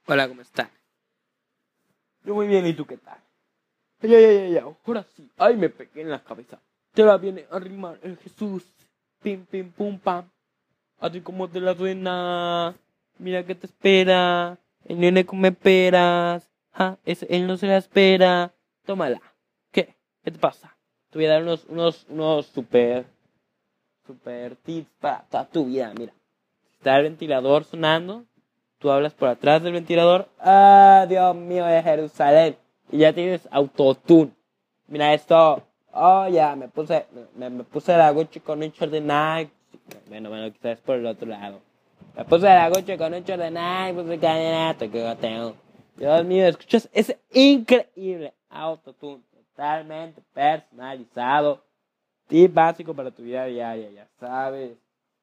Hola, ¿cómo estás? Yo muy bien, ¿y tú qué tal? Ya, ahora sí. Ay, me pegué en la cabeza. Te la viene a rimar el Jesús. Pim, pim, pum, pam. Así como te la suena. Mira que te espera. El nene come peras. Él no se la espera. Tómala. ¿Qué te pasa? Te voy a dar unos super tips para toda tu vida. Mira, está el ventilador sonando. Tú hablas por atrás del ventilador. ¡Ah, Dios mío de Jerusalén! Y ya tienes autotune. Mira esto. Oh, ya, me puse la Gucci con un short de Nike. Bueno, quizás por el otro lado. Me puse la Gucci con un short de Nike. Puse cadenato que yo tengo. Dios mío, escuchas, es increíble. Autotune, totalmente personalizado. Tip básico para tu vida diaria, ya sabes.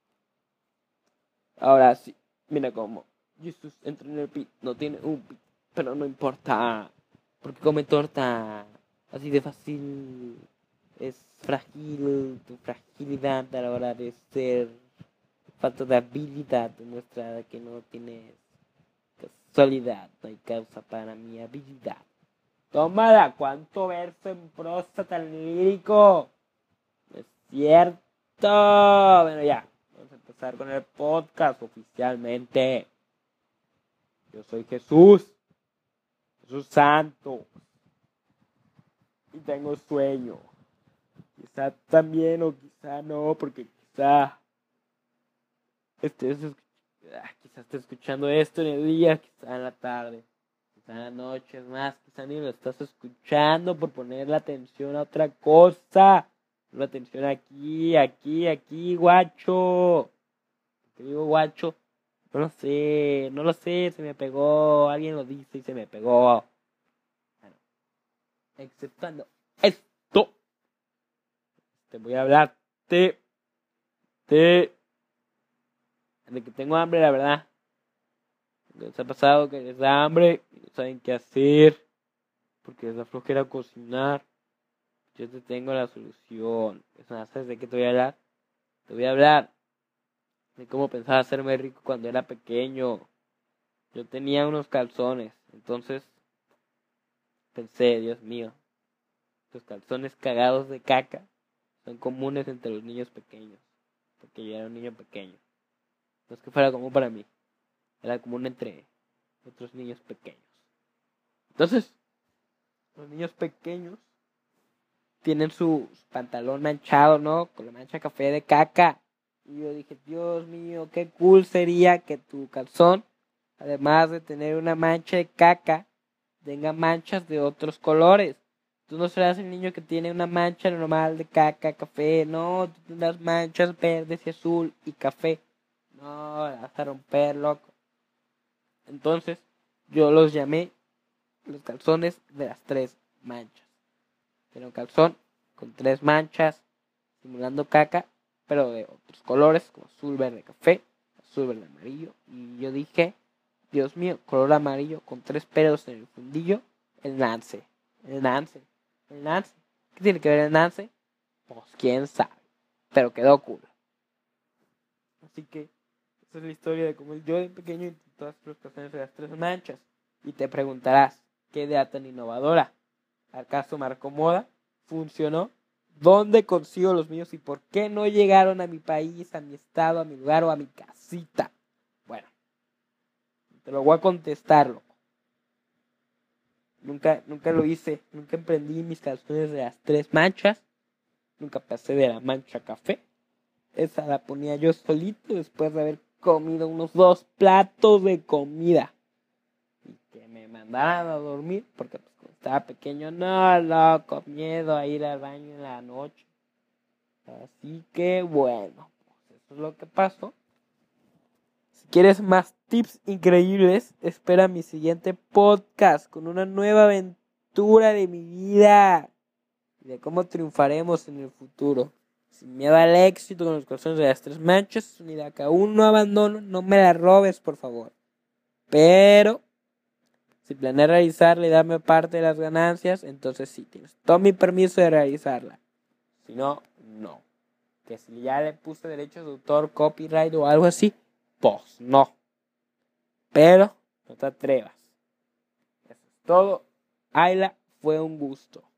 Ahora sí, mira cómo Jesús entra en el pit, no tiene un pit, pero no importa, porque come torta, así de fácil. Es frágil, tu fragilidad a la hora de ser, falta de habilidad demuestra que no tienes casualidad, no hay causa para mi habilidad. Tómala, cuánto verso en prosa tan lírico. Es cierto. Bueno, ya. Vamos a empezar con el podcast oficialmente. Yo soy Jesús Santo. Y tengo sueño. Quizá también o quizá no, porque quizá estés escuchando esto en el día, quizá en la tarde, quizá en la noche, es más, quizá ni lo estás escuchando por poner la atención a otra cosa. La atención aquí, guacho. ¿Qué digo, guacho? No lo sé, se me pegó, alguien lo dice y se me pegó. Bueno, exceptuando esto, te voy a hablar de que tengo hambre, la verdad. Les ha pasado que les da hambre y no saben qué hacer porque les da flojera cocinar. Yo te tengo la solución. ¿Sabes de qué te voy a hablar? Te voy a hablar de cómo pensaba hacerme rico cuando era pequeño. Yo tenía unos calzones, entonces pensé, Dios mío, los calzones cagados de caca son comunes entre los niños pequeños, porque yo era un niño pequeño. No es que fuera común para mí, era común entre otros niños pequeños. Entonces, los niños pequeños tienen su pantalón manchado, ¿no? Con la mancha café de caca. Y yo dije, Dios mío, qué cool sería que tu calzón, además de tener una mancha de caca, tenga manchas de otros colores. Tú no serás el niño que tiene una mancha normal de caca, café. No, tú tendrás manchas verdes y azul y café. No, la vas a romper, loco. Entonces, yo los llamé los calzones de las 3 manchas. Era un calzón con 3 manchas, simulando caca, pero de otros colores, como azul, verde, café, azul, verde, amarillo. Y yo dije, Dios mío, color amarillo con 3 pelos en el fundillo, el Nance. ¿Qué tiene que ver el Nance? Pues quién sabe, pero quedó cool. Así que esa es la historia de cómo yo de pequeño intentó hacer los calzones de las 3 manchas. Y te preguntarás, ¿qué idea tan innovadora? ¿Acaso marcó moda? ¿Funcionó? ¿Dónde consigo los míos y por qué no llegaron a mi país, a mi estado, a mi lugar o a mi casita? Bueno, te lo voy a contestar, loco. Nunca lo hice, nunca emprendí mis calzones de las 3 manchas, nunca pasé de la mancha café. Esa la ponía yo solito después de haber comido unos 2 platos de comida. Y que me mandaran a dormir, porque pues cuando estaba pequeño, no, loco, miedo a ir al baño en la noche. Así que bueno, pues eso es lo que pasó. Si quieres más tips increíbles, espera mi siguiente podcast con una nueva aventura de mi vida y de cómo triunfaremos en el futuro. Sin miedo al éxito con los calzones de las 3 manchas, ni la que aún no abandono, no me la robes, por favor. Pero si planeas realizarla y darme parte de las ganancias, entonces sí, tienes todo mi permiso de realizarla. Si no, no. Que si ya le puse derechos de autor, copyright o algo así, pues no. Pero no te atrevas. todo, Ayla, fue un gusto.